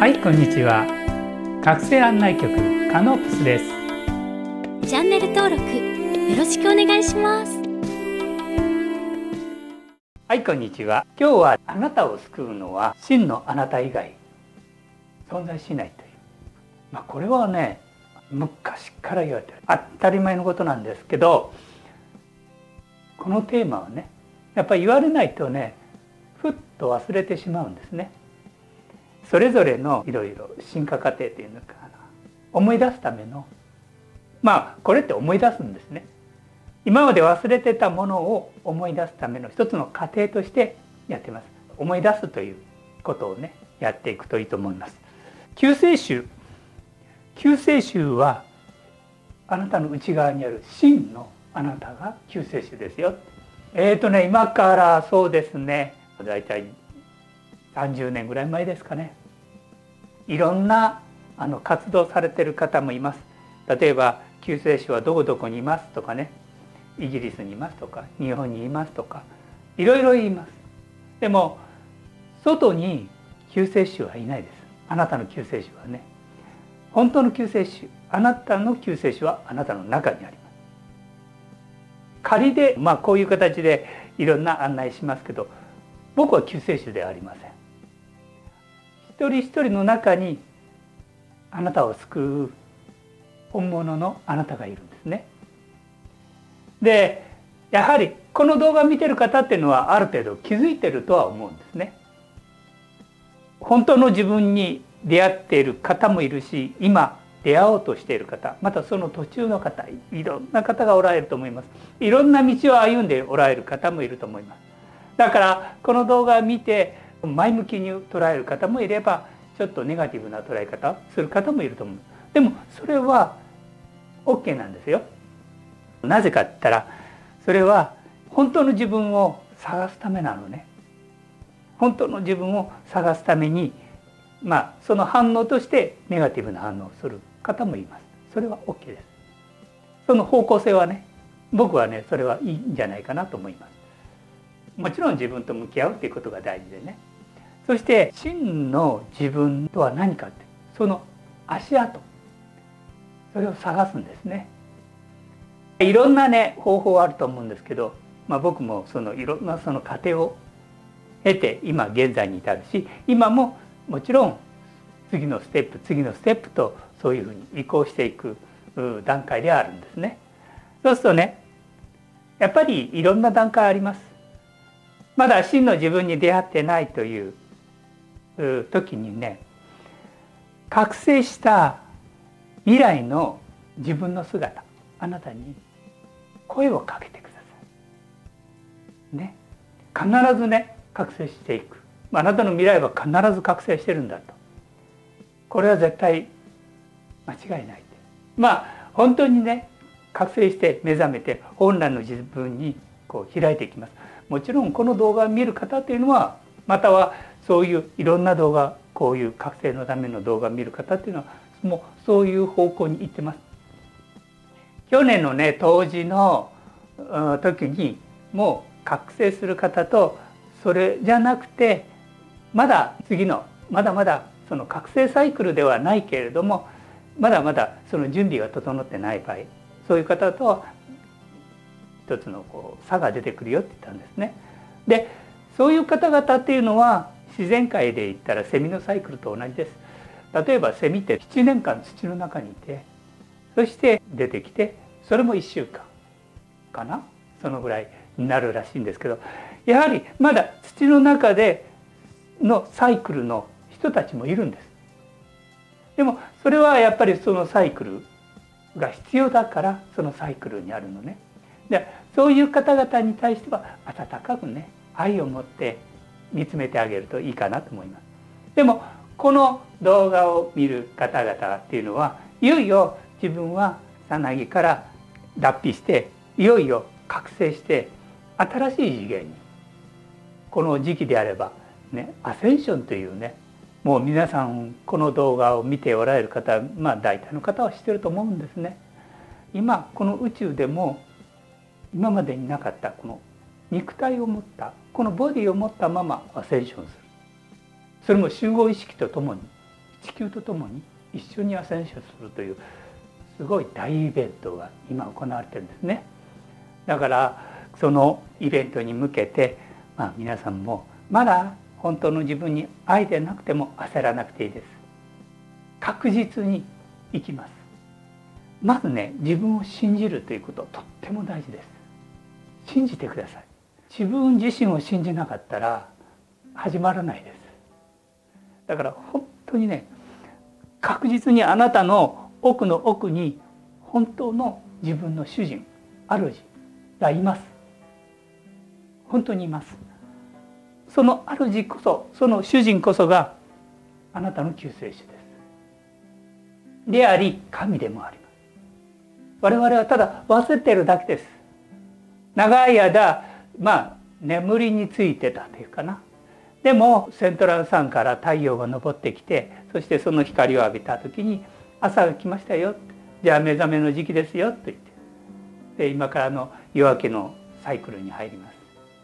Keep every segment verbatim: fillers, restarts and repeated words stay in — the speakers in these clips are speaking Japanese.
はい、こんにちは。覚醒案内局カノープスです。 チャンネル登録よろしくお願いします。 はい、こんにちは。今日はあなたを救うのは真のあなた以外存在しないという、まあ、これはね昔から言われてる当たり前のことなんですけど、このテーマはねやっぱり言われないとねふっと忘れてしまうんですね。それぞれのいろいろ進化過程っていうのかな、思い出すための、まあこれって思い出すんですね。今まで忘れてたものを思い出すための一つの過程としてやってます。思い出すということをねやっていくといいと思います。救世主救世主はあなたの内側にある真のあなたが救世主ですよ。えーとね今からそうですねだいたいさんじゅうねんぐらい前ですかね、いろんなあの活動されている方もいます。例えば救世主はどこどこにいますとかね、イギリスにいますとか日本にいますとかいろいろ言います。でも外に救世主はいないです。あなたの救世主はね、本当の救世主、あなたの救世主はあなたの中にあります。仮でまあこういう形でいろんな案内しますけど、僕は救世主ではありません。一人一人の中にあなたを救う本物のあなたがいるんですね。でやはりこの動画を見てる方っていうのはある程度気づいてるとは思うんですね。本当の自分に出会っている方もいるし、今出会おうとしている方、またその途中の方、いろんな方がおられると思います。いろんな道を歩んでおられる方もいると思います。だからこの動画を見て前向きに捉える方もいれば、ちょっとネガティブな捉え方をする方もいると思う。でもそれは OK なんですよ。なぜかって言ったら、それは本当の自分を探すためなのね。本当の自分を探すために、まあその反応としてネガティブな反応をする方もいます。それは OK です。その方向性はね、僕はねそれはいいんじゃないかなと思います。もちろん自分と向き合うっていうことが大事でね。そして真の自分とは何かって、その足跡、それを探すんですね。いろんなね方法あると思うんですけど、まあ、僕もそのいろんなその過程を経て今現在に至るし、今ももちろん次のステップ次のステップとそういうふうに移行していく段階であるんですね。そうするとねやっぱりいろんな段階あります。まだ真の自分に出会ってないという時にね、覚醒した未来の自分の姿、あなたに声をかけてくださいね。必ずね覚醒していく。あなたの未来は必ず覚醒してるんだと、これは絶対間違いない。まあ本当にね覚醒して目覚めて本来の自分にこう開いていきます。もちろんこの動画を見る方というのは、またはそういういろんな動画、こういう覚醒のための動画を見る方っていうのはもうそういう方向に行ってます。去年のね冬至の時にもう覚醒する方と、それじゃなくてまだ次のまだまだその覚醒サイクルではないけれども、まだまだその準備が整ってない場合、そういう方とは一つのこう差が出てくるよって言ったんですね。でそういう方々っていうのは自然界で言ったらセミのサイクルと同じです。例えばセミってななねんかん土の中にいて、そして出てきて、それもいっしゅうかんかな、そのぐらいになるらしいんですけど、やはりまだ土の中でのサイクルの人たちもいるんです。でもそれはやっぱりそのサイクルが必要だから、そのサイクルにあるのね。でそういう方々に対しては温かくね愛を持って見つめてあげるといいかなと思います。でもこの動画を見る方々っていうのは、いよいよ自分はさなぎから脱皮して、いよいよ覚醒して新しい次元に、この時期であればねアセンションというね、もう皆さんこの動画を見ておられる方、まあ大体の方は知ってると思うんですね。今この宇宙でも今までになかったこの肉体を持った、このボディを持ったままアセンションする。それも集合意識とともに地球とともに一緒にアセンションするというすごい大イベントが今行われてるんですね。だからそのイベントに向けて、まあ、皆さんもまだ本当の自分に愛でなくても焦らなくていいです。確実に生きます。まずね、自分を信じるということとっても大事です。信じてください。自分自身を信じなかったら始まらないです。だから本当にね、確実にあなたの奥の奥に本当の自分の主人、主がいます。本当にいます。その主こそ、その主人こそがあなたの救世主です。であり神でもあります。我々はただ忘れているだけです。長い間まあ眠りについてたというかな。でもセントラルサンから太陽が昇ってきて、そしてその光を浴びた時に朝が来ましたよ、じゃあ目覚めの時期ですよと言って、で今からの夜明けのサイクルに入ります。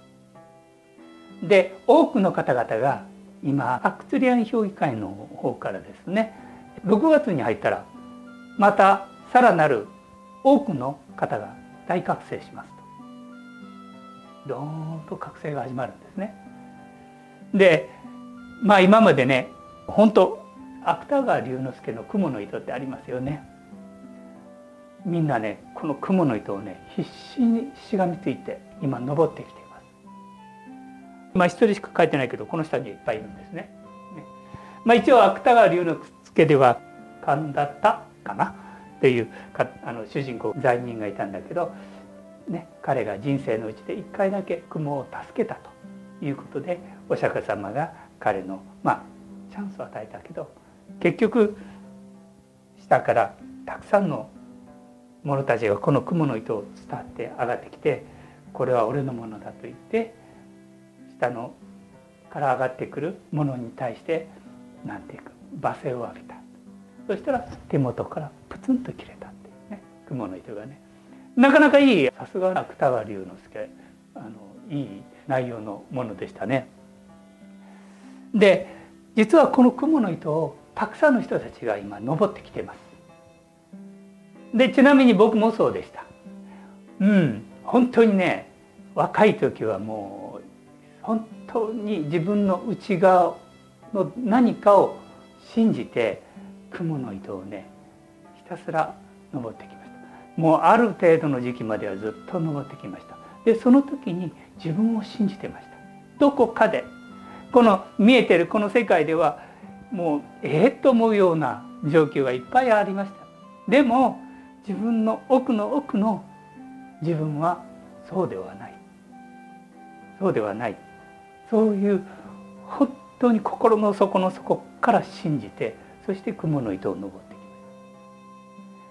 で多くの方々が今アクツリアン評議会の方からですね、ろくがつに入ったらまたさらなる多くの方が大覚醒しますと、どーんと覚醒が始まるんですね。でまあ今までね、本当芥川龍之介の雲の糸ってありますよね。みんなね、この雲の糸をね必死にしがみついて今登ってきています。まあ一人しか書いてないけど、この下にいっぱいいるんですね。ね、まあ一応芥川龍之介では神田田かなっていうかあの主人公罪人がいたんだけど、ね、彼が人生のうちで一回だけ雲を助けたということで、お釈迦様が彼のまあチャンスを与えたけど、結局下からたくさんの者たちがこの雲の糸を伝って上がってきて、これは俺のものだと言って下のから上がってくるものに対してなんていうか罵声を浴びた。そしたら手元からプツンと切れたっていうね、雲の糸がね、なかなかいい、さすが芥川龍之介、あのいい内容のものでしたね。で実はこの雲の糸をたくさんの人たちが今登ってきています。でちなみに僕もそうでした。うん本当にね、若い時はもう本当に自分の内側の何かを信じて雲の糸をねひたすら登ってきました。もうある程度の時期まではずっと登ってきました。でその時に自分を信じてました。どこかでこの見えてるこの世界ではもうええと思うような状況がいっぱいありました。でも自分の奥の奥の自分はそうではない、そうではない、そういう本当に心の底の底から信じて、そして雲の糸を登ってきます。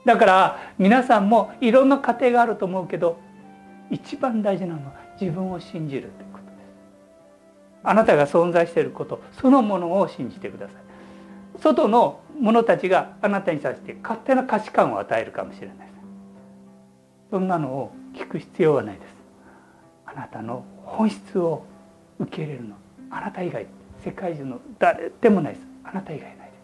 だから皆さんもいろんな過程があると思うけど、一番大事なのは自分を信じるということです。あなたが存在していることそのものを信じてください。外の者たちがあなたに対して勝手な価値観を与えるかもしれないです。そんなのを聞く必要はないです。あなたの本質を受け入れるのあなた以外、世界中の誰でもないです。あなた以外ないです。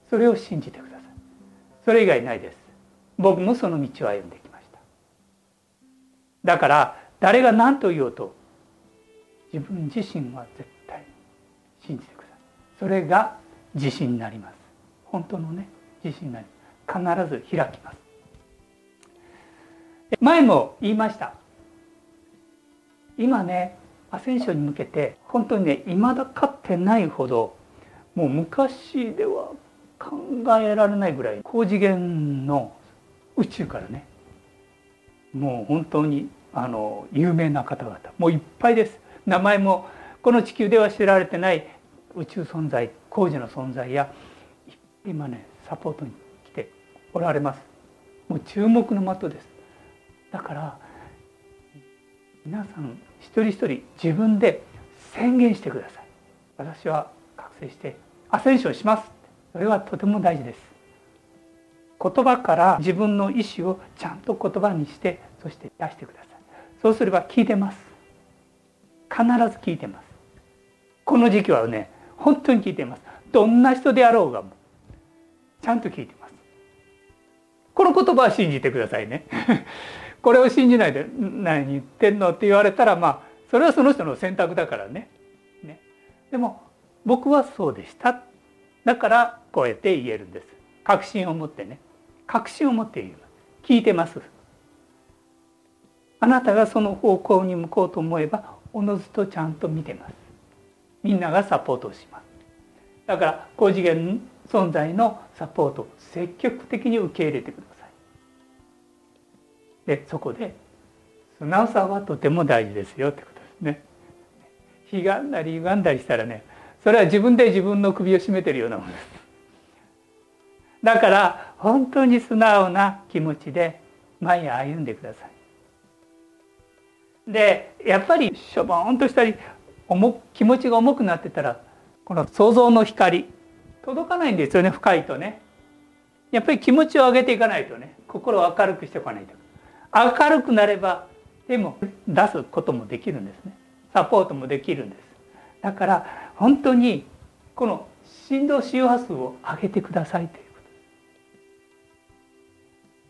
それを信じてください。それ以外ないです。僕もその道を歩んできました。だから誰が何と言おうと自分自身は絶対信じてください。それが自信になります。本当のね自信になります。必ず開きます。前も言いました。今ねアセンションに向けて本当にね未だかってないほど、もう昔では考えられないぐらい高次元の宇宙からね、もう本当にあの有名な方々もういっぱいです。名前もこの地球では知られてない宇宙存在、工事の存在や今ねサポートに来ておられます。もう注目の的です。だから皆さん一人一人自分で宣言してください。私は覚醒してアセンションします。それはとても大事です。言葉から自分の意思をちゃんと言葉にして、そして出してください。そうすれば聞いてます。必ず聞いてます。この時期はね本当に聞いています。どんな人であろうがちゃんと聞いてます。この言葉は信じてくださいねこれを信じないで何言ってんのって言われたら、まあそれはその人の選択だからね。ね。でも僕はそうでした。だからこうやって言えるんです。確信を持ってね。確信を持って言います。聞いてます。あなたがその方向に向こうと思えばおのずとちゃんと見てます。みんながサポートをします。だから高次元存在のサポートを積極的に受け入れてください。でそこで素直さはとても大事ですよってことですね。ひがんだり歪んだりしたらね、それは自分で自分の首を絞めてるようなものです。だから本当に素直な気持ちで前へ歩んでください。でやっぱりしょぼんとしたり重気持ちが重くなってたら、この想像の光届かないんですよね。深いとね、やっぱり気持ちを上げていかないとね、心を明るくしておかないと。明るくなればでも出すこともできるんですね。サポートもできるんです。だから本当にこの振動周波数を上げてくださいということ。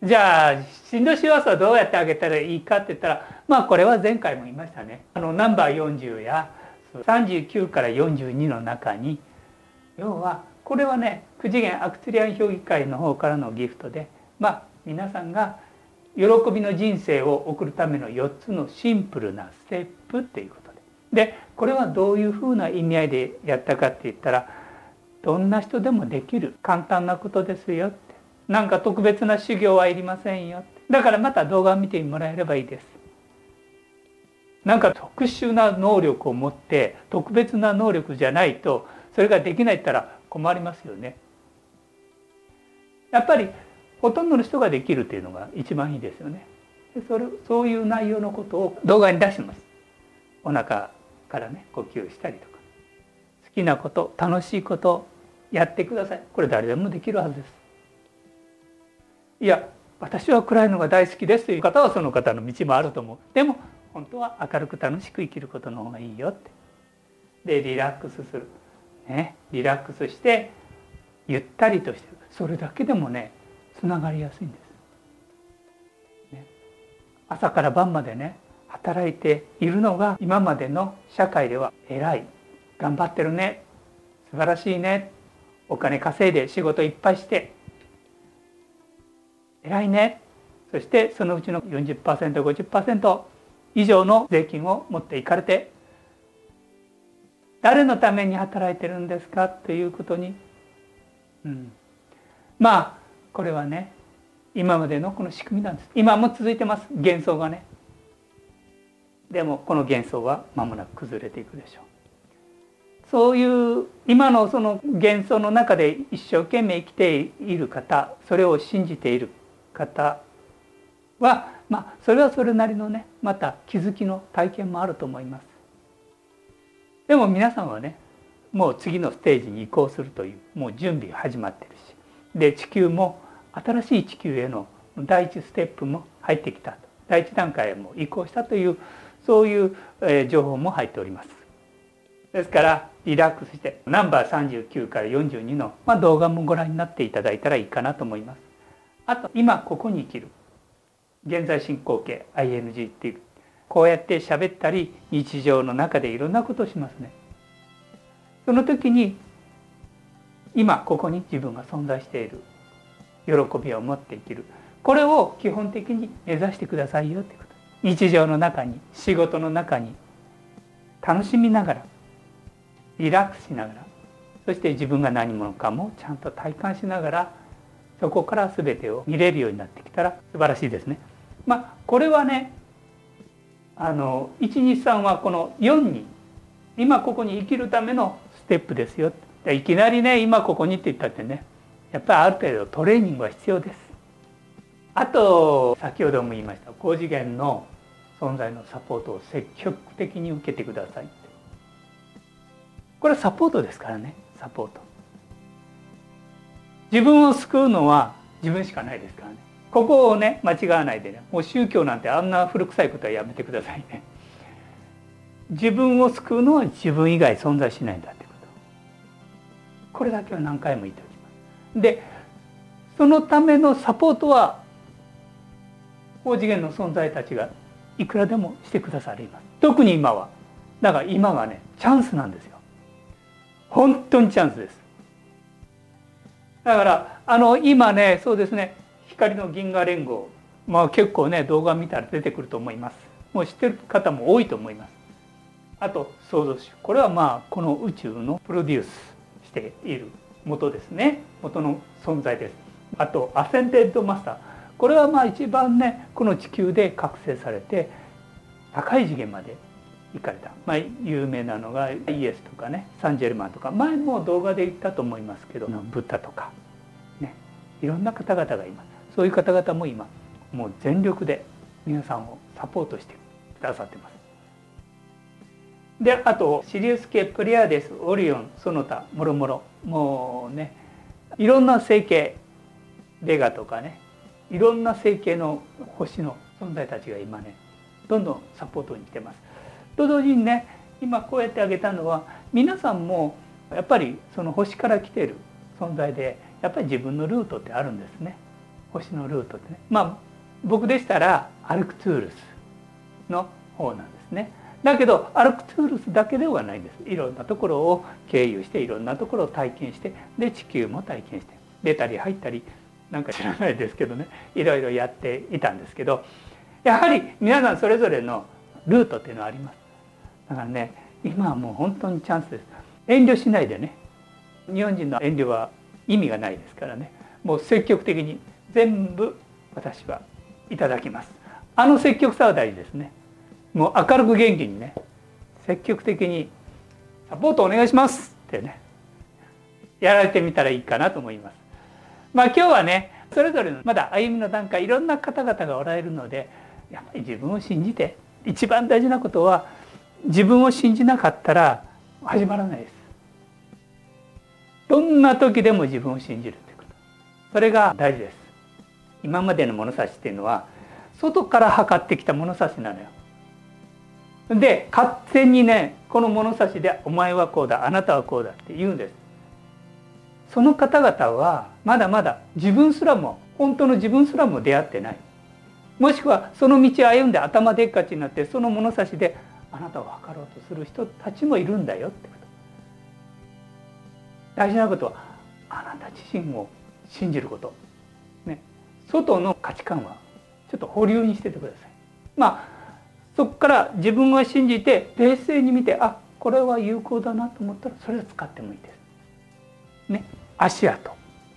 じゃあ振動周波数はどうやって上げたらいいかって言ったら、まあこれは前回も言いましたね。あのナンバーよんじゅうやさんじゅうきゅうからよんじゅうにの中に、要はこれはね、く次元アクトゥリアン評議会の方からのギフトで、まあ皆さんが喜びの人生を送るためのよっつのシンプルなステップっていうことで、でこれはどういうふうな意味合いでやったかって言ったら、どんな人でもできる簡単なことですよって、なんか特別な修行はいりませんよって、だからまた動画を見てもらえればいいです。なんか特殊な能力を持って特別な能力じゃないとそれができないって言ったら困りますよね。やっぱりほとんどの人ができるっていうのが一番いいですよね。でそれそういう内容のことを動画に出します。お腹からね呼吸したりとか、好きなこと楽しいことをやってください。これ誰でもできるはずです。いや私は暗いのが大好きですという方はその方の道もあると思う。でも本当は明るく楽しく生きることの方がいいよって。でリラックスする、ね、リラックスしてゆったりとしてる、それだけでもねつながりやすいんです、ね、朝から晩までね働いているのが今までの社会では偉い、頑張ってるね、素晴らしいね、お金稼いで仕事いっぱいして偉いね、そしてそのうちの よんじゅっパーセント、ごじゅっパーセント 以上の税金を持っていかれて、誰のために働いてるんですかということに、うん、まあこれはね今までのこの仕組みなんです。今も続いてます、幻想がね。でもこの幻想は間もなく崩れていくでしょう。そういう今のその幻想の中で一生懸命生きている方、それを信じている方は、まあそれはそれなりのねまた気づきの体験もあると思います。でも皆さんはねもう次のステージに移行するというもう準備が始まってるし、で地球も新しい地球への第一ステップも入ってきたと、第一段階へも移行したというそういう情報も入っております。ですからリラックスしてナンバーさんじゅうきゅうからよんじゅうにの、まあ、動画もご覧になっていただいたらいいかなと思います。あと今ここに生きる現在進行形 アイエヌジー っていう、こうやって喋ったり日常の中でいろんなことをしますね。その時に今ここに自分が存在している喜びを持って生きる、これを基本的に目指してくださいよってこと。日常の中に仕事の中に楽しみながらリラックスしながら、そして自分が何者かもちゃんと体感しながら、そこから全てを見れるようになってきたら素晴らしいですね。まあこれはねあのいちにさんはこのよんに今ここに生きるためのステップですよ。いきなりね今ここにって言ったってね、やっぱりある程度トレーニングは必要です。あと先ほども言いました高次元の存在のサポートを積極的に受けてくださいって。これはサポートですからね。サポート、自分を救うのは自分しかないですからね。ここをね間違わないでね、もう宗教なんてあんな古臭いことはやめてくださいね。自分を救うのは自分以外存在しないんだってこと、これだけは何回も言っておきます。でそのためのサポートは高次元の存在たちがいくらでもしてくださります。特に今はだから今がねチャンスなんですよ。本当にチャンスです。だからあの今ねそうですね光の銀河連合、まあ結構ね動画見たら出てくると思います。もう知ってる方も多いと思います。あと創造主、これはまあこの宇宙のプロデュースしている元ですね、元の存在です。あとアセンテッドマスター、これはまあ一番ねこの地球で覚醒されて高い次元まで行かれた、まあ、有名なのがイエスとかねサンジェルマンとか、前も動画で言ったと思いますけど、ブッダとかね、いろんな方々がいます。そういう方々も今もう全力で皆さんをサポートしてくださってます。であとシリウス系、プレアデス、オリオン、その他もろもろ、もうねいろんな星系、ベガとかね、いろんな星系の星の存在たちが今ねどんどんサポートに来てます。と同時にね今こうやって挙げたのは皆さんもやっぱりその星から来ている存在で、やっぱり自分のルートってあるんですね。星のルートってね、まあ僕でしたらアルクトゥールスの方なんですね。だけどアルクトゥールスだけではないんです。いろんなところを経由していろんなところを体験して、で地球も体験して出たり入ったりなんか知らないですけどね、いろいろやっていたんですけど、やはり皆さんそれぞれのルートっていうのはあります。だからね今はもう本当にチャンスです。遠慮しないでね、日本人の遠慮は意味がないですからね、もう積極的に全部私はいただきます。あの積極さは大事ですね。もう明るく元気にね積極的にサポートお願いしますってねやられてみたらいいかなと思います。まあ今日はねそれぞれのまだ歩みの段階いろんな方々がおられるので、やっぱり自分を信じて、一番大事なことは自分を信じなかったら始まらないです。どんな時でも自分を信じるということ、それが大事です。今までの物差しっていうのは外から測ってきた物差しなのよ。で勝手にねこの物差しでお前はこうだ、あなたはこうだって言うんです。その方々はまだまだ自分すらも本当の自分すらも出会ってない、もしくはその道を歩んで頭でっかちになってその物差しであなたを測ろうとする人たちもいるんだよってこと。大事なことはあなた自身を信じること、ね、外の価値観はちょっと保留にしててください。まあそこから自分を信じて冷静に見て、あこれは有効だなと思ったらそれを使ってもいいです。ね、足跡、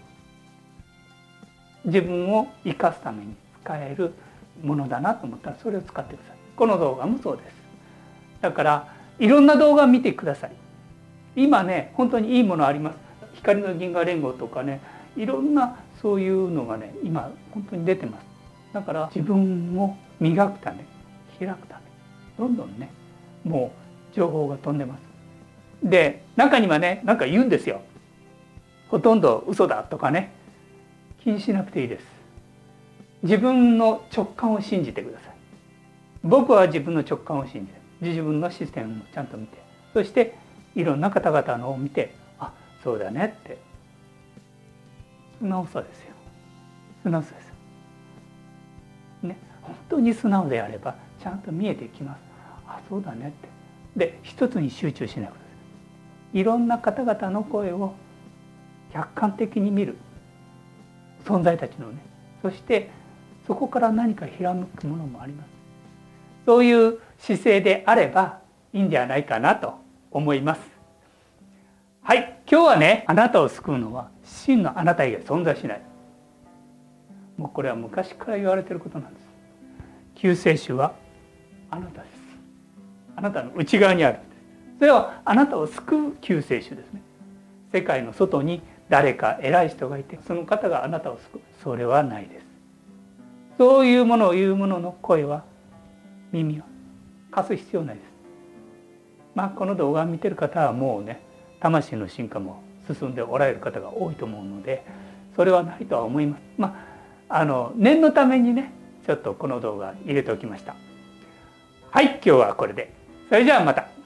自分を生かすために使えるものだなと思ったらそれを使ってください。この動画もそうです。だからいろんな動画を見てください。今ね本当にいいものあります。光の銀河連合とかね、いろんなそういうのがね今本当に出てます。だから自分を磨くため、開くためどんどんねもう情報が飛んでます。で中にはねなんか言うんですよ、ほとんど嘘だとかね、気にしなくていいです。自分の直感を信じてください。僕は自分の直感を信じて、自分のシステムもちゃんと見て、そしていろんな方々のを見て、あそうだねって素直さですよ。素直さですよね。本当に素直であればちゃんと見えてきます。あそうだねって。で一つに集中しないことです。いろんな方々の声を客観的に見る存在たちのね、そしてそこから何かひらめくものもあります。そういう姿勢であればいいんじゃないかなと思います。はい、今日はねあなたを救うのは真のあなた以外存在しない。もうこれは昔から言われていることなんです。救世主はあなたです。あなたの内側にあるんです。それはあなたを救う救世主ですね。世界の外に誰か偉い人がいてその方があなたを救う、それはないです。そういうものを言うものの声は耳は貸す必要ないです。まあこの動画を見てる方はもうね魂の進化も進んでおられる方が多いと思うのでそれはないとは思います。まああの念のためにねちょっとこの動画入れておきました。はい、今日はこれで。それじゃあまた。